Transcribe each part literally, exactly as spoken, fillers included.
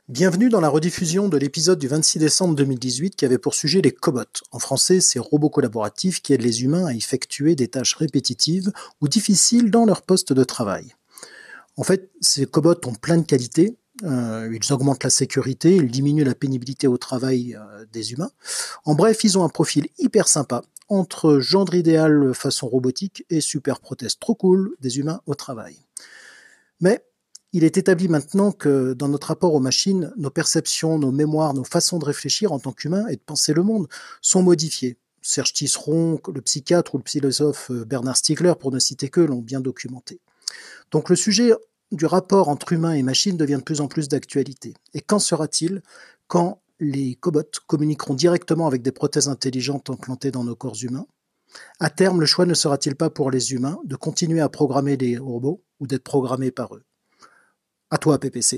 Bienvenue dans la rediffusion de l'épisode du vingt-six décembre deux mille dix-huit qui avait pour sujet les cobots. En français, ces robots collaboratifs qui aident les humains à effectuer des tâches répétitives ou difficiles dans leur poste de travail. En fait, ces cobots ont plein de qualités. Euh, ils augmentent la sécurité, ils diminuent la pénibilité au travail euh, des humains. En bref, ils ont un profil hyper sympa, entre gendre idéal façon robotique et super prothèse trop cool des humains au travail. Mais il est établi maintenant que dans notre rapport aux machines, nos perceptions, nos mémoires, nos façons de réfléchir en tant qu'humains et de penser le monde sont modifiées. Serge Tisseron, le psychiatre ou le philosophe Bernard Stiegler, pour ne citer qu'eux, l'ont bien documenté. Donc le sujet du rapport entre humains et machines devient de plus en plus d'actualité. Et quand sera-t-il quand les cobots communiqueront directement avec des prothèses intelligentes implantées dans nos corps humains? À terme, le choix ne sera-t-il pas pour les humains de continuer à programmer des robots ou d'être programmés par eux? À toi, P P C.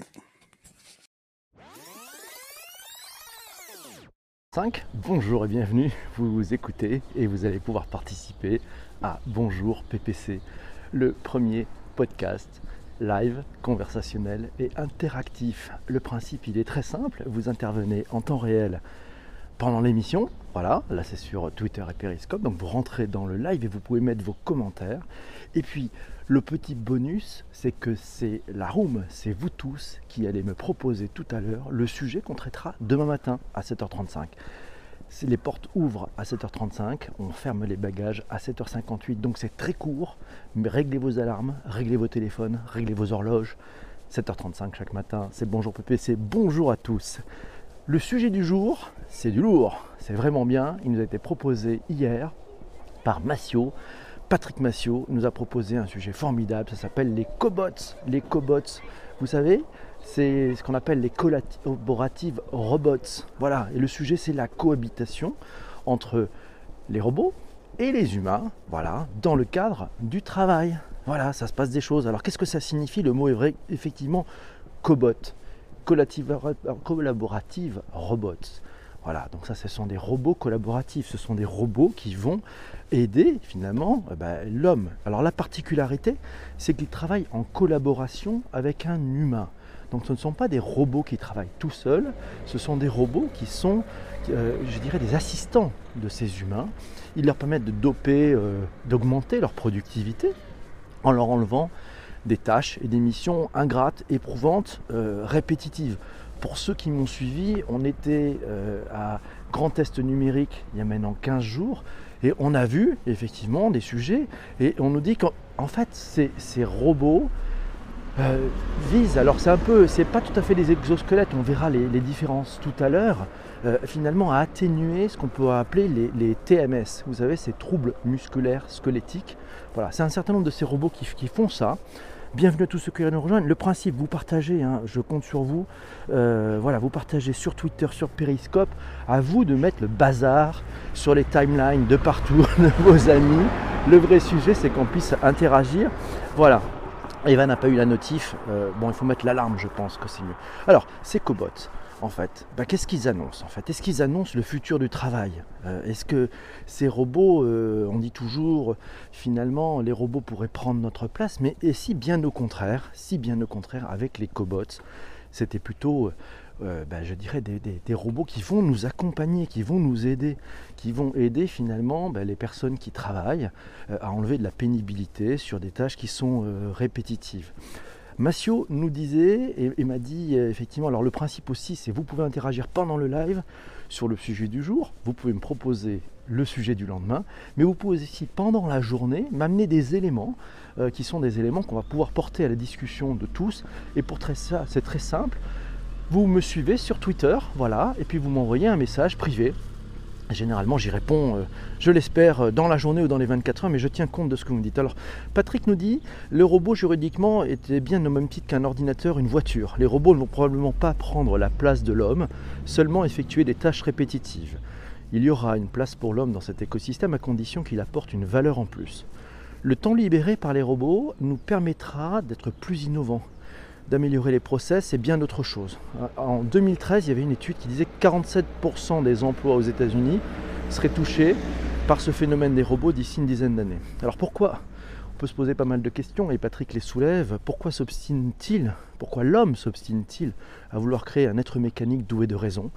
cinq. Bonjour et bienvenue, vous vous écoutez et vous allez pouvoir participer à Bonjour P P C, le premier podcast live, conversationnel et interactif. Le principe, il est très simple, vous intervenez en temps réel pendant l'émission, voilà, là c'est sur Twitter et Periscope, donc vous rentrez dans le live et vous pouvez mettre vos commentaires. Et puis, le petit bonus, c'est que c'est la room, c'est vous tous qui allez me proposer tout à l'heure le sujet qu'on traitera demain matin à sept heures trente-cinq. Les portes ouvrent à sept heures trente-cinq, on ferme les bagages à sept heures cinquante-huit, donc c'est très court, mais réglez vos alarmes, réglez vos téléphones, réglez vos horloges. sept heures trente-cinq chaque matin, c'est Bonjour P P C, bonjour à tous. Le sujet du jour, c'est du lourd, c'est vraiment bien, il nous a été proposé hier par Massio. Patrick Massio nous a proposé un sujet formidable, ça s'appelle les cobots. Les cobots, vous savez, c'est ce qu'on appelle les collaboratives robots. Voilà, et le sujet c'est la cohabitation entre les robots et les humains, voilà, dans le cadre du travail. Voilà, ça se passe des choses. Alors qu'est-ce que ça signifie? Le mot est vrai, effectivement, cobot. Collaborative robots. Voilà, donc ça ce sont des robots collaboratifs, ce sont des robots qui vont aider finalement eh ben, l'homme. Alors la particularité, c'est qu'ils travaillent en collaboration avec un humain. Donc ce ne sont pas des robots qui travaillent tout seuls, ce sont des robots qui sont, euh, je dirais, des assistants de ces humains. Ils leur permettent de doper, euh, d'augmenter leur productivité en leur enlevant des tâches et des missions ingrates, éprouvantes, euh, répétitives. Pour ceux qui m'ont suivi, on était euh, à Grand Test Numérique il y a maintenant quinze jours et on a vu effectivement des sujets et on nous dit qu'en fait ces, ces robots euh, visent, alors c'est un peu, c'est pas tout à fait des exosquelettes, on verra les, les différences tout à l'heure, euh, finalement à atténuer ce qu'on peut appeler les, les T M S, vous savez, ces troubles musculaires squelettiques. Voilà, c'est un certain nombre de ces robots qui, qui font ça. Bienvenue à tous ceux qui viennent nous rejoindre. Le principe, vous partagez, hein, je compte sur vous. Euh, voilà, vous partagez sur Twitter, sur Periscope. À vous de mettre le bazar sur les timelines de partout de vos amis. Le vrai sujet, c'est qu'on puisse interagir. Voilà. Eva n'a pas eu la notif. Euh, bon, il faut mettre l'alarme, je pense que c'est mieux. Alors, ces cobots, en fait, bah, qu'est-ce qu'ils annoncent en fait? Est-ce qu'ils annoncent le futur du travail? euh, Est-ce que ces robots, euh, on dit toujours, finalement, les robots pourraient prendre notre place, mais et si bien au contraire, si bien au contraire, avec les cobots, c'était plutôt, euh, bah, je dirais, des, des, des robots qui vont nous accompagner, qui vont nous aider, qui vont aider finalement bah, les personnes qui travaillent euh, à enlever de la pénibilité sur des tâches qui sont euh, répétitives. Massio nous disait et, et m'a dit euh, effectivement, alors le principe aussi c'est vous pouvez interagir pendant le live sur le sujet du jour, vous pouvez me proposer le sujet du lendemain, mais vous pouvez aussi pendant la journée m'amener des éléments euh, qui sont des éléments qu'on va pouvoir porter à la discussion de tous. Et pour très, ça, c'est très simple, vous me suivez sur Twitter, voilà, et puis vous m'envoyez un message privé. Généralement, j'y réponds, euh, je l'espère, dans la journée ou dans les vingt-quatre heures, mais je tiens compte de ce que vous me dites. Alors, Patrick nous dit, le robot juridiquement était bien au même titre qu'un ordinateur, une voiture. Les robots ne vont probablement pas prendre la place de l'homme, seulement effectuer des tâches répétitives. Il y aura une place pour l'homme dans cet écosystème à condition qu'il apporte une valeur en plus. Le temps libéré par les robots nous permettra d'être plus innovants, d'améliorer les process et bien d'autres choses. En deux mille treize, il y avait une étude qui disait que quarante-sept pour cent des emplois aux États-Unis seraient touchés par ce phénomène des robots d'ici une dizaine d'années. Alors pourquoi On peut se poser pas mal de questions et Patrick les soulève. Pourquoi s'obstine-t-il, pourquoi l'homme s'obstine-t-il à vouloir créer un être mécanique doué de raison?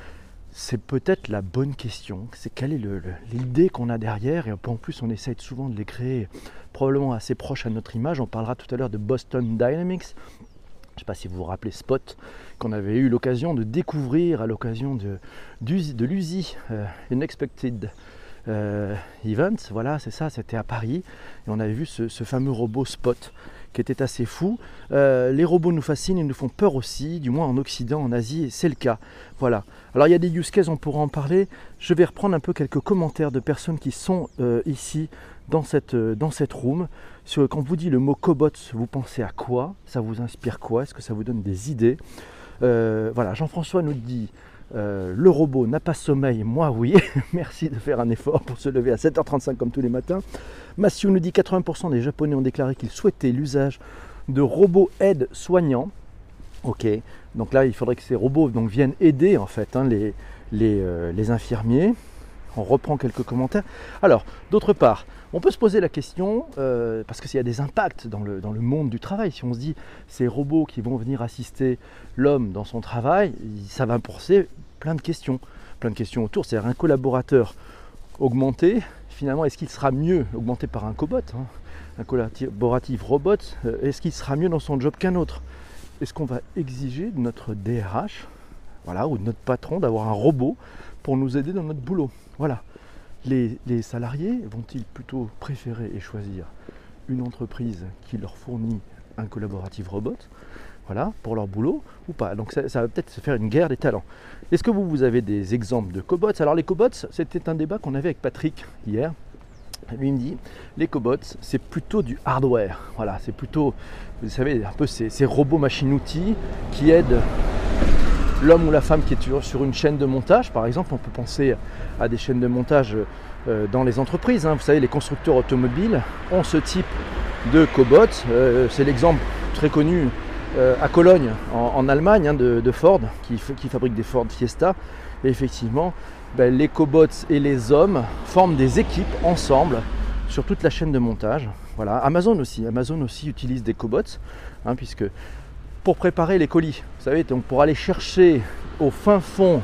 C'est peut-être la bonne question, c'est quelle est le, le, l'idée qu'on a derrière, et en plus on essaye souvent de les créer probablement assez proches à notre image. On parlera tout à l'heure de Boston Dynamics. Je ne sais pas si vous vous rappelez Spot, qu'on avait eu l'occasion de découvrir à l'occasion de, de l'U S I, euh, Unexpected euh, Event, voilà c'est ça, c'était à Paris, et on avait vu ce, ce fameux robot Spot, qui était assez fou. Euh, les robots nous fascinent et nous font peur aussi, du moins en Occident, en Asie, c'est le cas. Voilà. Alors il y a des use cases, on pourra en parler. Je vais reprendre un peu quelques commentaires de personnes qui sont euh, ici dans cette, euh, dans cette room. Sur, quand vous dit le mot cobot, vous pensez à quoi? Ça vous inspire quoi? Est-ce que ça vous donne des idées? euh, Voilà, Jean-François nous dit euh, le robot n'a pas sommeil, moi oui. Merci de faire un effort pour se lever à sept heures trente-cinq comme tous les matins. Mathieu nous dit quatre-vingts pour cent des Japonais ont déclaré qu'ils souhaitaient l'usage de robots aides soignants. Ok, donc là il faudrait que ces robots donc, viennent aider en fait hein, les, les, euh, les infirmiers. On reprend quelques commentaires. Alors, d'autre part, on peut se poser la question, euh, parce qu'il y a des impacts dans le, dans le monde du travail. Si on se dit, ces robots qui vont venir assister l'homme dans son travail, ça va poser plein de questions. Plein de questions autour. C'est-à-dire un collaborateur augmenté, finalement, est-ce qu'il sera mieux augmenté par un cobot, hein, un collaboratif robot, euh, est-ce qu'il sera mieux dans son job qu'un autre? Est-ce qu'on va exiger de notre D R H, voilà, ou de notre patron d'avoir un robot pour nous aider dans notre boulot? Voilà. Les, les salariés vont-ils plutôt préférer et choisir une entreprise qui leur fournit un collaboratif robot, voilà, pour leur boulot ou pas? Donc ça, ça va peut-être se faire une guerre des talents. Est-ce que vous, vous avez des exemples de cobots? Alors les cobots, c'était un débat qu'on avait avec Patrick hier. Lui il me dit, les cobots, c'est plutôt du hardware. Voilà, c'est plutôt, vous savez, un peu ces, ces robots machines-outils qui aident l'homme ou la femme qui est sur une chaîne de montage. Par exemple, on peut penser à des chaînes de montage dans les entreprises. Vous savez, les constructeurs automobiles ont ce type de cobots. C'est l'exemple très connu à Cologne, en Allemagne, de, de Ford, qui, qui fabrique des Ford Fiesta. Et effectivement, ben, les cobots et les hommes forment des équipes ensemble sur toute la chaîne de montage. Voilà. Amazon aussi, Amazon aussi utilise des cobots, hein, puisque pour préparer les colis, vous savez, donc pour aller chercher au fin fond,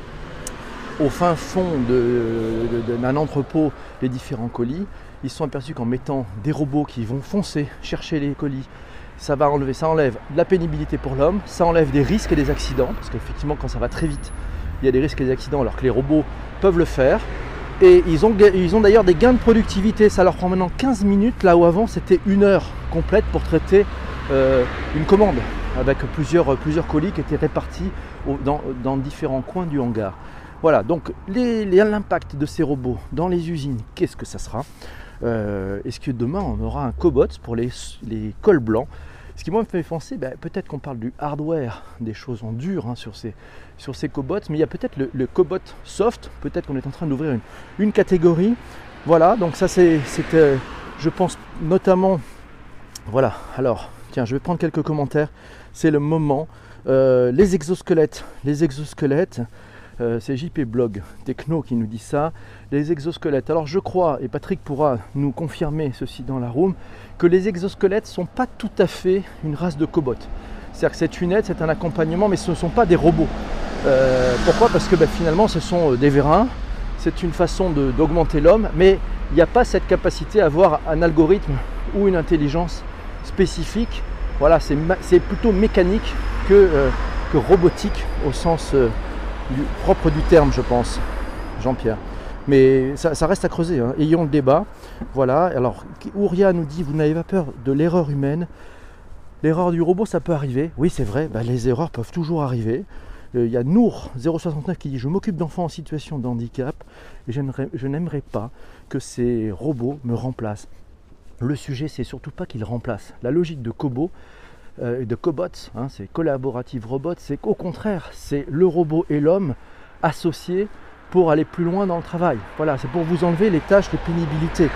au fin fond de, de, de, d'un entrepôt les différents colis, ils se sont aperçus qu'en mettant des robots qui vont foncer chercher les colis, ça va enlever, ça enlève de la pénibilité pour l'homme, ça enlève des risques et des accidents, parce qu'effectivement quand ça va très vite, il y a des risques et des accidents alors que les robots peuvent le faire. Et ils ont, ils ont d'ailleurs des gains de productivité, ça leur prend maintenant quinze minutes, là où avant c'était une heure complète pour traiter euh, une commande, avec plusieurs, plusieurs colis qui étaient répartis au, dans, dans différents coins du hangar. Voilà, donc les, les, l'impact de ces robots dans les usines, qu'est-ce que ça sera? euh, Est-ce que demain on aura un cobot pour les, les cols blancs? Ce qui moi me fait penser, ben, peut-être qu'on parle du hardware, des choses en dur hein, sur, ces, sur ces cobots, mais il y a peut-être le, le cobot soft, peut-être qu'on est en train d'ouvrir une, une catégorie. Voilà, donc ça c'est, euh, je pense notamment, voilà, alors, tiens, je vais prendre quelques commentaires, c'est le moment. Euh, les exosquelettes, les exosquelettes, euh, c'est J P Blog Techno qui nous dit ça, les exosquelettes. Alors je crois, et Patrick pourra nous confirmer ceci dans la room, que les exosquelettes ne sont pas tout à fait une race de cobots. C'est-à-dire que c'est une aide, c'est un accompagnement, mais ce ne sont pas des robots. Euh, pourquoi? Parce que ben, finalement ce sont des vérins, c'est une façon de, d'augmenter l'homme, mais il n'y a pas cette capacité à avoir un algorithme ou une intelligence spécifique. Voilà, c'est, c'est plutôt mécanique que, euh, que robotique au sens euh, du, propre du terme, je pense, Jean-Pierre. Mais ça, ça reste à creuser, hein. Ayons le débat. Voilà, alors Ouria nous dit, vous n'avez pas peur de l'erreur humaine? L'erreur du robot, ça peut arriver. Oui, c'est vrai, ben, les erreurs peuvent toujours arriver. Il euh, y a Nour zéro soixante-neuf qui dit, je m'occupe d'enfants en situation de handicap et je n'aimerais pas que ces robots me remplacent. Le sujet, c'est surtout pas qu'ils remplacent. La logique de cobo, euh, de cobots, hein, c'est collaborative robot, c'est qu'au contraire, c'est le robot et l'homme associés pour aller plus loin dans le travail. Voilà, c'est pour vous enlever les tâches de pénibilité.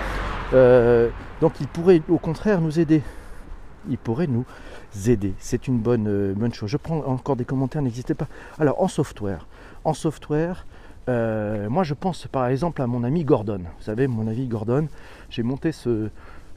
Euh, donc, ils pourraient au contraire nous aider. Ils pourraient nous aider. C'est une bonne, euh, bonne chose. Je prends encore des commentaires, n'hésitez pas. Alors, en software, en software, euh, moi je pense par exemple à mon ami Gordon. Vous savez, mon ami Gordon, j'ai monté ce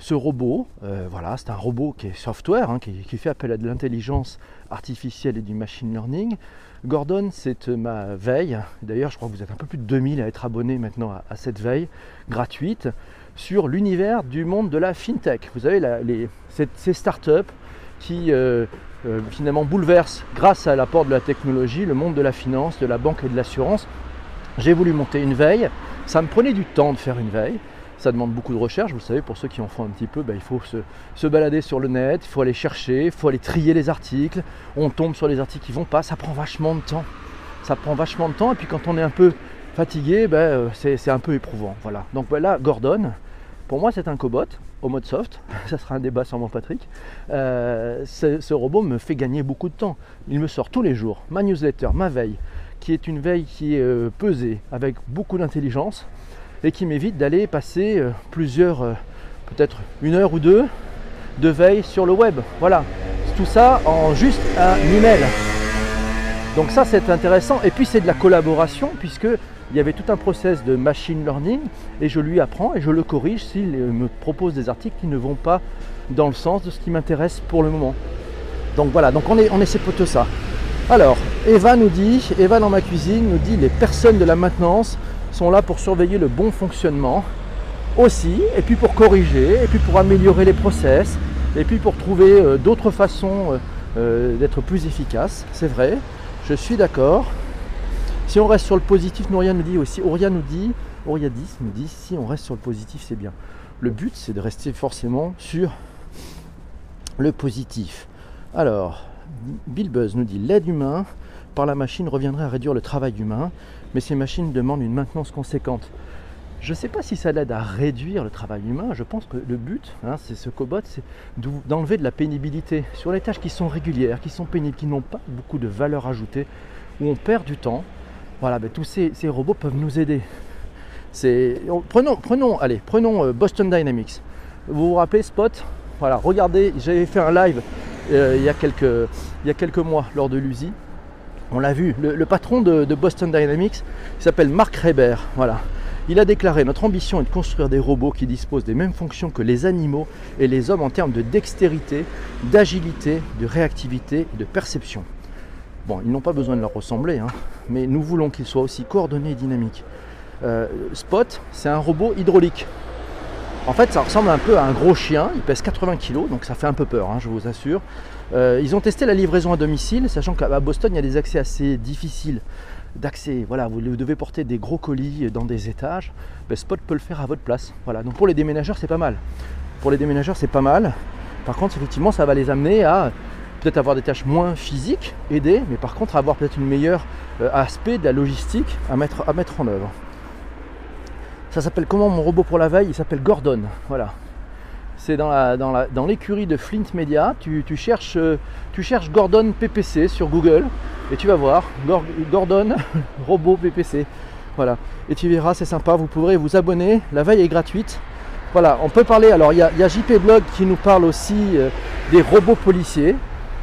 ce robot, euh, voilà, c'est un robot qui est software, hein, qui, qui fait appel à de l'intelligence artificielle et du machine learning. Gordon, c'est ma veille. D'ailleurs, je crois que vous êtes un peu plus de deux mille à être abonnés maintenant à, à cette veille gratuite sur l'univers du monde de la fintech. Vous savez, la, les, ces, ces startups qui euh, euh, finalement bouleversent, grâce à l'apport de la technologie, le monde de la finance, de la banque et de l'assurance. J'ai voulu monter une veille. Ça me prenait du temps de faire une veille. Ça demande beaucoup de recherche, vous savez, pour ceux qui en font un petit peu, ben, il faut se, se balader sur le net, il faut aller chercher, il faut aller trier les articles, on tombe sur les articles qui ne vont pas, ça prend vachement de temps. Ça prend vachement de temps, et puis quand on est un peu fatigué, ben, c'est un peu éprouvant. Voilà. Donc ben, là, Gordon, pour moi c'est un cobot, au mode soft, ça sera un débat sûrement Patrick. Euh, ce robot me fait gagner beaucoup de temps. Il me sort tous les jours ma newsletter, ma veille, qui est une veille qui est euh, pesée, avec beaucoup d'intelligence, et qui m'évite d'aller passer euh, plusieurs, euh, peut-être une heure ou deux de veille sur le web. Voilà, tout ça en juste un email. Donc ça c'est intéressant, et puis c'est de la collaboration, puisque il y avait tout un process de machine learning, et je lui apprends et je le corrige s'il me propose des articles qui ne vont pas dans le sens de ce qui m'intéresse pour le moment. Donc voilà, donc on, est, on essaie de ça. Alors, Eva nous dit, Eva dans ma cuisine nous dit, les personnes de la maintenance sont là pour surveiller le bon fonctionnement aussi, et puis pour corriger, et puis pour améliorer les process, et puis pour trouver euh, d'autres façons euh, d'être plus efficace. C'est vrai, je suis d'accord. Si on reste sur le positif, Nouria nous dit aussi, Auria nous dit, Auriadis nous dit, si on reste sur le positif, c'est bien. Le but, c'est de rester forcément sur le positif. Alors, Bill Buzz nous dit, l'aide humaine par la machine reviendrait à réduire le travail humain, mais ces machines demandent une maintenance conséquente. Je ne sais pas si ça l'aide à réduire le travail humain. Je pense que le but, hein, c'est ce cobot, c'est d'enlever de la pénibilité sur les tâches qui sont régulières, qui sont pénibles, qui n'ont pas beaucoup de valeur ajoutée, où on perd du temps. Voilà, ben, tous ces, ces robots peuvent nous aider. Prenons, prenons, allez, prenons euh, Boston Dynamics. Vous vous rappelez Spot? Voilà, regardez, j'avais fait un live euh, il, y a quelques, il y a quelques mois lors de l'U S I. On l'a vu, le, le patron de, de Boston Dynamics, il s'appelle Mark Reber. Voilà. Il a déclaré: notre ambition est de construire des robots qui disposent des mêmes fonctions que les animaux et les hommes en termes de dextérité, d'agilité, de réactivité et de perception. Bon, ils n'ont pas besoin de leur ressembler, hein, mais nous voulons qu'ils soient aussi coordonnés et dynamiques. Euh, Spot, c'est un robot hydraulique. En fait, ça ressemble un peu à un gros chien, il pèse quatre-vingts kilos, donc ça fait un peu peur, hein, je vous assure. Euh, ils ont testé la livraison à domicile, sachant qu'à Boston, il y a des accès assez difficiles d'accès. Voilà, vous devez porter des gros colis dans des étages. Ben, Spot peut le faire à votre place. Voilà, donc pour les déménageurs, c'est pas mal. Pour les déménageurs, c'est pas mal. Par contre, effectivement, ça va les amener à peut-être avoir des tâches moins physiques, aider, mais par contre avoir peut-être une meilleure euh, aspect de la logistique à mettre, à mettre en œuvre. Ça s'appelle comment mon robot pour la veille? Il s'appelle Gordon. Voilà. C'est dans la, dans la, dans l'écurie de Flint Media. Tu, tu, cherches, tu cherches Gordon P P C sur Google et tu vas voir Gordon robot P P C. Voilà. Et tu verras, c'est sympa. Vous pourrez vous abonner. La veille est gratuite. Voilà. On peut parler. Alors il y a, il y a J P Blog qui nous parle aussi euh, des robots policiers.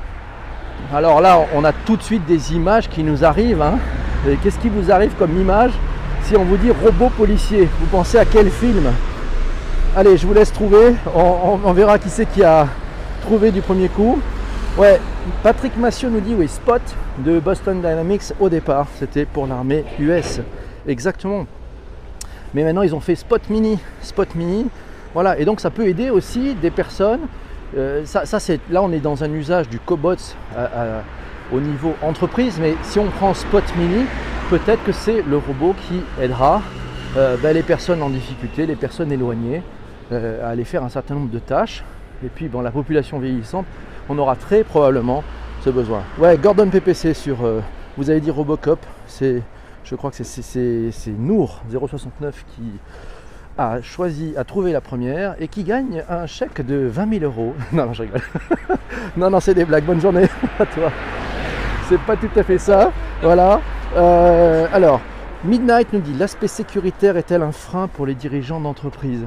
Alors là, on a tout de suite des images qui nous arrivent. Hein. Qu'est-ce qui vous arrive comme image? Si on vous dit robot policier, vous pensez à quel film? Allez, je vous laisse trouver, on, on, on verra qui c'est qui a trouvé du premier coup. Ouais, Patrick Massieu nous dit oui, Spot de Boston Dynamics au départ, c'était pour l'armée U S, exactement. Mais maintenant ils ont fait Spot Mini, Spot Mini, voilà, et donc ça peut aider aussi des personnes. Euh, ça, ça c'est, là on est dans un usage du cobot à, à, au niveau entreprise, mais si on prend Spot Mini, peut-être que c'est le robot qui aidera euh, ben, les personnes en difficulté, les personnes éloignées, euh, à aller faire un certain nombre de tâches. Et puis bon, la population vieillissante, on aura très probablement ce besoin. Ouais, Gordon P P C sur, euh, vous avez dit Robocop, c'est, je crois que c'est Nour zéro soixante-neuf qui a choisi, a trouvé la première et qui gagne un chèque de vingt mille euros. Non, non, je rigole. non, non, c'est des blagues. Bonne journée à toi. C'est pas tout à fait ça. Voilà. Euh, alors, Midnight nous dit: l'aspect sécuritaire est-elle un frein pour les dirigeants d'entreprise?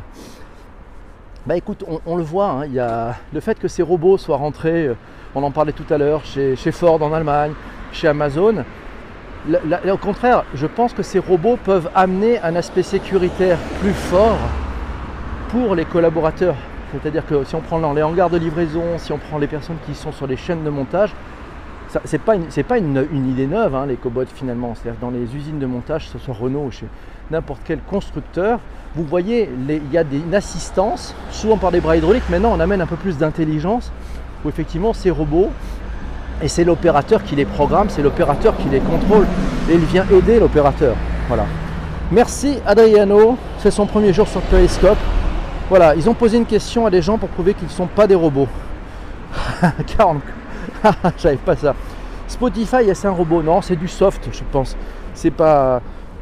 Bah écoute, on, on le voit, hein, il y a le fait que ces robots soient rentrés, on en parlait tout à l'heure, chez, chez Ford en Allemagne, chez Amazon. La, la, au contraire, je pense que ces robots peuvent amener un aspect sécuritaire plus fort pour les collaborateurs. C'est-à-dire que si on prend dans les hangars de livraison, si on prend les personnes qui sont sur les chaînes de montage, ce n'est pas, une, pas une, une idée neuve, hein, les cobots finalement. C'est-à-dire dans les usines de montage, que ce soit Renault ou chez n'importe quel constructeur, vous voyez, il y a des, une assistance, souvent par des bras hydrauliques. Maintenant, on amène un peu plus d'intelligence, où effectivement, ces robots, et c'est l'opérateur qui les programme, c'est l'opérateur qui les contrôle, et il vient aider l'opérateur. Voilà. Merci Adriano, c'est son premier jour sur Periscope. Voilà, ils ont posé une question à des gens pour prouver qu'ils ne sont pas des robots. quarante. Je savais pas ça. Spotify, c'est un robot? Non, c'est du soft, je pense. C'est pas...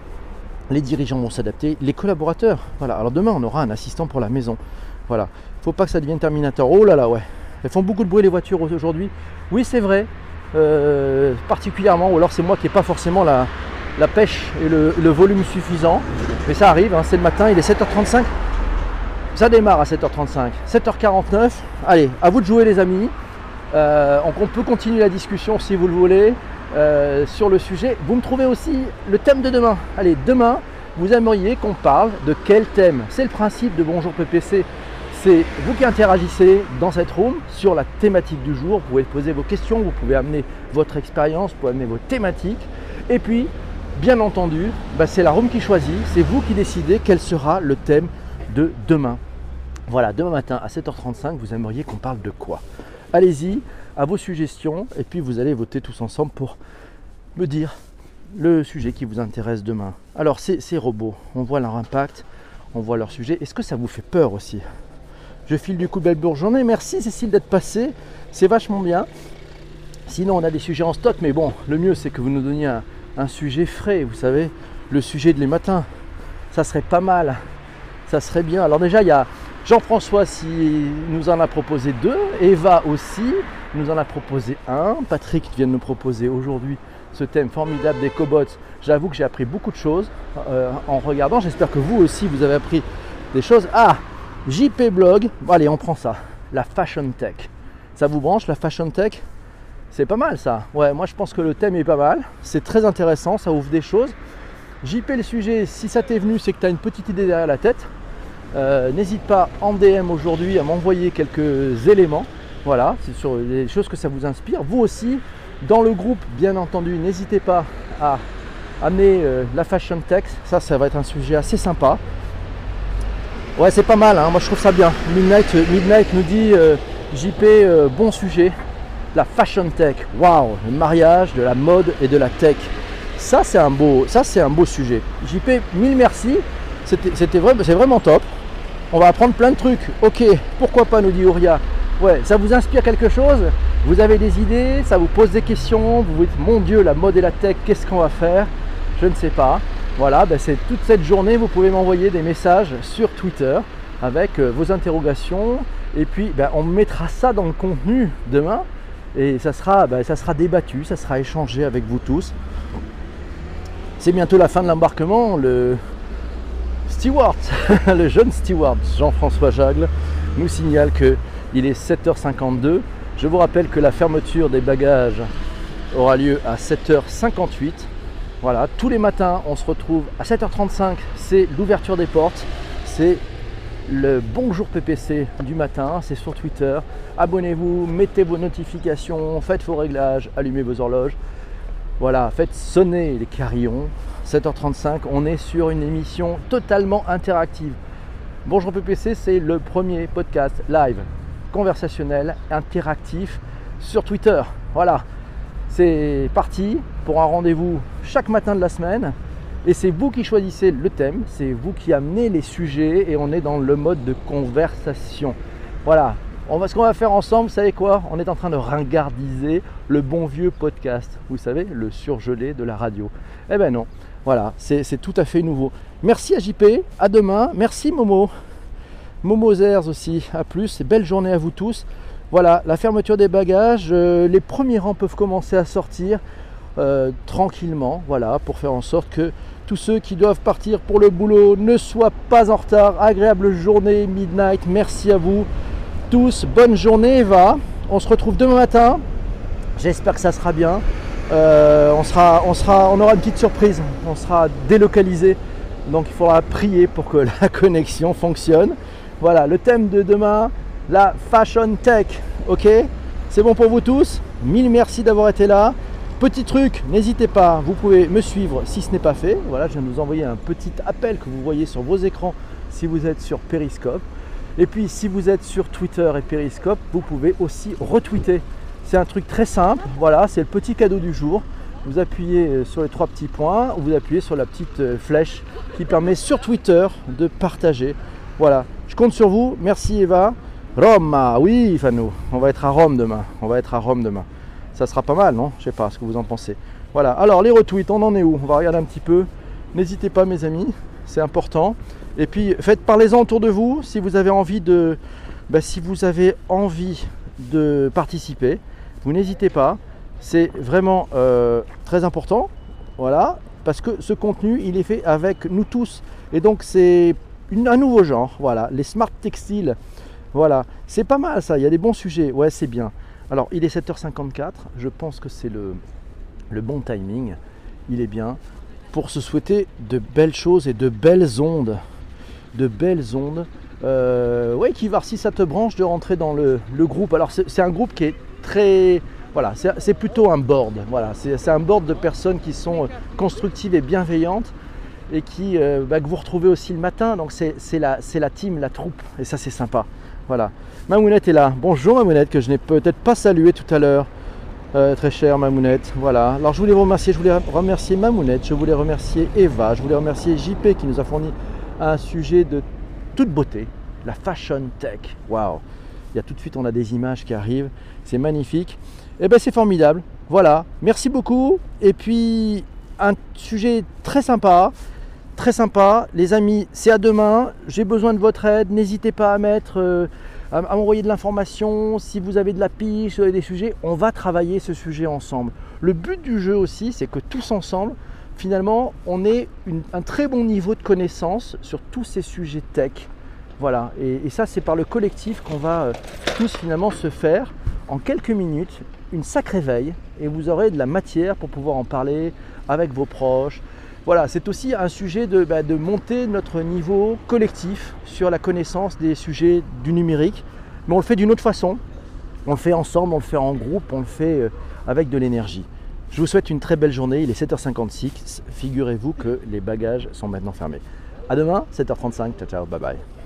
Les dirigeants vont s'adapter, les collaborateurs. Voilà. Alors demain, on aura un assistant pour la maison. Voilà. Faut pas que ça devienne Terminator. Oh là là, ouais. Elles font beaucoup de bruit les voitures aujourd'hui. Oui, c'est vrai. Euh, particulièrement, ou alors c'est moi qui n'ai pas forcément la, la pêche et le, le volume suffisant. Mais ça arrive, hein, c'est le matin, il est sept heures trente-cinq. Ça démarre à sept heures trente-cinq. sept heures quarante-neuf. Allez, à vous de jouer les amis. Euh, on peut continuer la discussion si vous le voulez euh, sur le sujet. Vous me trouvez aussi le thème de demain. Allez, demain, vous aimeriez qu'on parle de quel thème? C'est le principe de Bonjour P P C. C'est vous qui interagissez dans cette room sur la thématique du jour. Vous pouvez poser vos questions, vous pouvez amener votre expérience, vous pouvez amener vos thématiques. Et puis, bien entendu, bah, c'est la room qui choisit. C'est vous qui décidez quel sera le thème de demain. Voilà, demain matin à sept heures trente-cinq, vous aimeriez qu'on parle de quoi? Allez-y, à vos suggestions, et puis vous allez voter tous ensemble pour me dire le sujet qui vous intéresse demain. Alors, ces, ces robots, on voit leur impact, on voit leur sujet. Est-ce que ça vous fait peur aussi? Je file du coup, belle journée. Merci Cécile d'être passée, c'est vachement bien. Sinon, on a des sujets en stock, mais bon, le mieux c'est que vous nous donniez un, un sujet frais, vous savez, le sujet de les matins. Ça serait pas mal, ça serait bien. Alors déjà, il y a Jean-François qui nous en a proposé deux, Eva aussi nous en a proposé un, Patrick vient de nous proposer aujourd'hui ce thème formidable des cobots. J'avoue que j'ai appris beaucoup de choses euh, en regardant, j'espère que vous aussi vous avez appris des choses. Ah, J P Blog, bon, allez on prend ça, la Fashion Tech. Ça vous branche la Fashion Tech? C'est pas mal ça, ouais, moi je pense que le thème est pas mal, c'est très intéressant, ça ouvre des choses. J P, le sujet, si ça t'est venu, c'est que tu as une petite idée derrière la tête. Euh, n'hésite pas en D M aujourd'hui à m'envoyer quelques éléments. Voilà, c'est sur les choses que ça vous inspire. Vous aussi, dans le groupe, bien entendu, n'hésitez pas à amener euh, la Fashion Tech. Ça, ça va être un sujet assez sympa. Ouais, c'est pas mal, hein. Moi je trouve ça bien. Midnight, Midnight nous dit euh, J P, euh, bon sujet. La Fashion Tech, waouh, le mariage de la mode et de la tech. Ça, c'est un beau, ça, c'est un beau sujet. J P, mille merci. C'était, c'était vrai, c'est vraiment top. On va apprendre plein de trucs. Ok, pourquoi pas, nous dit Ouria. Ouais, ça vous inspire quelque chose? Vous avez des idées? Ça vous pose des questions? Vous vous dites, mon Dieu, la mode et la tech, qu'est-ce qu'on va faire? Je ne sais pas. Voilà, ben c'est toute cette journée, vous pouvez m'envoyer des messages sur Twitter avec euh, vos interrogations. Et puis, ben, on mettra ça dans le contenu demain. Et ça sera, ben, ça sera débattu, ça sera échangé avec vous tous. C'est bientôt la fin de l'embarquement. Le Stewart, le jeune Stewart, Jean-François Jagle, nous signale qu'il est sept heures cinquante-deux. Je vous rappelle que la fermeture des bagages aura lieu à sept heures cinquante-huit. Voilà, tous les matins, on se retrouve à sept heures trente-cinq. C'est l'ouverture des portes. C'est le Bonjour P P C du matin. C'est sur Twitter. Abonnez-vous, mettez vos notifications, faites vos réglages, allumez vos horloges. Voilà, faites sonner les carillons. sept heures trente-cinq, on est sur une émission totalement interactive. Bonjour P P C, c'est le premier podcast live, conversationnel, interactif sur Twitter. Voilà, c'est parti pour un rendez-vous chaque matin de la semaine. Et c'est vous qui choisissez le thème, c'est vous qui amenez les sujets et on est dans le mode de conversation. Voilà, on va, ce qu'on va faire ensemble, vous savez quoi? On est en train de ringardiser le bon vieux podcast. Vous savez, le surgelé de la radio. Eh ben non. Voilà, c'est, c'est tout à fait nouveau. Merci à J P, à demain. Merci Momo. Momo Zers aussi, à plus. Belle journée à vous tous. Voilà, la fermeture des bagages. Euh, les premiers rangs peuvent commencer à sortir euh, tranquillement. Voilà, pour faire en sorte que tous ceux qui doivent partir pour le boulot ne soient pas en retard. Agréable journée, Midnight. Merci à vous tous. Bonne journée, Eva. On se retrouve demain matin. J'espère que ça sera bien. Euh, on, sera, on, sera, on aura une petite surprise, on sera délocalisé, donc il faudra prier pour que la connexion fonctionne. Voilà, le thème de demain, la Fashion Tech. Ok, c'est bon pour vous tous. Mille merci d'avoir été là. Petit truc, n'hésitez pas, vous pouvez me suivre si ce n'est pas fait. Voilà, je viens de vous envoyer un petit appel que vous voyez sur vos écrans si vous êtes sur Periscope. Et puis si vous êtes sur Twitter et Periscope, vous pouvez aussi retweeter. C'est un truc très simple, voilà, c'est le petit cadeau du jour. Vous appuyez sur les trois petits points ou vous appuyez sur la petite flèche qui permet sur Twitter de partager. Voilà, je compte sur vous. Merci Eva. Roma, oui Fano, on va être à Rome demain. On va être à Rome demain. Ça sera pas mal, non? Je sais pas ce que vous en pensez. Voilà, alors les retweets, on en est où? On va regarder un petit peu. N'hésitez pas mes amis, c'est important. Et puis faites parlez-en autour de vous si vous avez envie de bah, si vous avez envie de participer, vous n'hésitez pas. C'est vraiment euh, très important. Voilà, parce que ce contenu il est fait avec nous tous. Et donc c'est un nouveau genre. Voilà, les smart textiles. Voilà, c'est pas mal ça, il y a des bons sujets. Ouais, c'est bien. Alors, il est sept heures cinquante-quatre, je pense que c'est le, le bon timing, il est bien, pour se souhaiter de belles choses et de belles ondes, de belles ondes. Euh, ouais, Kivar, si ça te branche de rentrer dans le, le groupe, alors c'est un groupe qui est très, voilà, c'est plutôt un board, voilà, c'est un board de personnes qui sont constructives et bienveillantes et qui, euh, bah, que vous retrouvez aussi le matin, donc c'est la, la team, la troupe, et ça c'est sympa. Voilà, Mamounette est là. Bonjour Mamounette, que je n'ai peut-être pas salué tout à l'heure. Euh, très chère Mamounette. Voilà, alors je voulais vous remercier, je voulais remercier Mamounette, je voulais remercier Eva, je voulais remercier J P qui nous a fourni un sujet de toute beauté, la Fashion Tech. Waouh, il y a tout de suite, on a des images qui arrivent, c'est magnifique. Et bien c'est formidable. Voilà, merci beaucoup. Et puis un sujet très sympa. Très sympa, les amis, c'est à demain, j'ai besoin de votre aide, n'hésitez pas à mettre, euh, à, à m'envoyer de l'information, si vous avez de la pige, si vous avez des sujets, on va travailler ce sujet ensemble. Le but du jeu aussi, c'est que tous ensemble, finalement, on ait une, un très bon niveau de connaissance sur tous ces sujets tech. Voilà, et, et ça c'est par le collectif qu'on va euh, tous finalement se faire en quelques minutes une sacrée veille et vous aurez de la matière pour pouvoir en parler avec vos proches. Voilà, c'est aussi un sujet de, bah, de monter notre niveau collectif sur la connaissance des sujets du numérique. Mais on le fait d'une autre façon. On le fait ensemble, on le fait en groupe, on le fait avec de l'énergie. Je vous souhaite une très belle journée. Il est sept heures cinquante-six. Figurez-vous que les bagages sont maintenant fermés. À demain, sept heures trente-cinq. Ciao, ciao, bye bye.